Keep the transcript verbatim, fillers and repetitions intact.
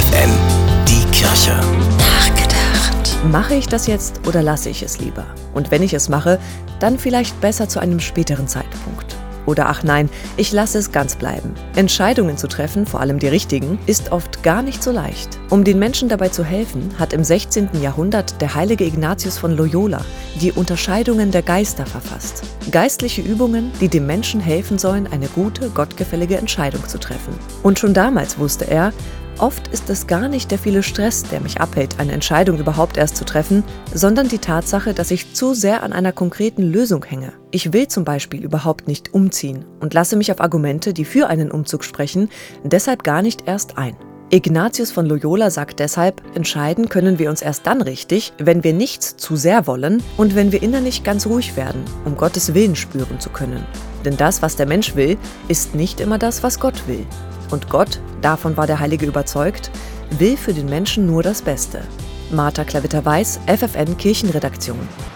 F N, die Kirche. Nachgedacht. Mache ich das jetzt oder lasse ich es lieber? Und wenn ich es mache, dann vielleicht besser zu einem späteren Zeitpunkt. Oder ach nein, ich lasse es ganz bleiben. Entscheidungen zu treffen, vor allem die richtigen, ist oft gar nicht so leicht. Um den Menschen dabei zu helfen, hat im sechzehnten Jahrhundert der heilige Ignatius von Loyola die Unterscheidungen der Geister verfasst. Geistliche Übungen, die dem Menschen helfen sollen, eine gute, gottgefällige Entscheidung zu treffen. Und schon damals wusste er, oft ist es gar nicht der viele Stress, der mich abhält, eine Entscheidung überhaupt erst zu treffen, sondern die Tatsache, dass ich zu sehr an einer konkreten Lösung hänge. Ich will zum Beispiel überhaupt nicht umziehen und lasse mich auf Argumente, die für einen Umzug sprechen, deshalb gar nicht erst ein. Ignatius von Loyola sagt deshalb, entscheiden können wir uns erst dann richtig, wenn wir nichts zu sehr wollen und wenn wir innerlich ganz ruhig werden, um Gottes Willen spüren zu können. Denn das, was der Mensch will, ist nicht immer das, was Gott will. Und Gott, davon war der Heilige überzeugt, will für den Menschen nur das Beste. Martha Klavitter-Weiß, F F N Kirchenredaktion.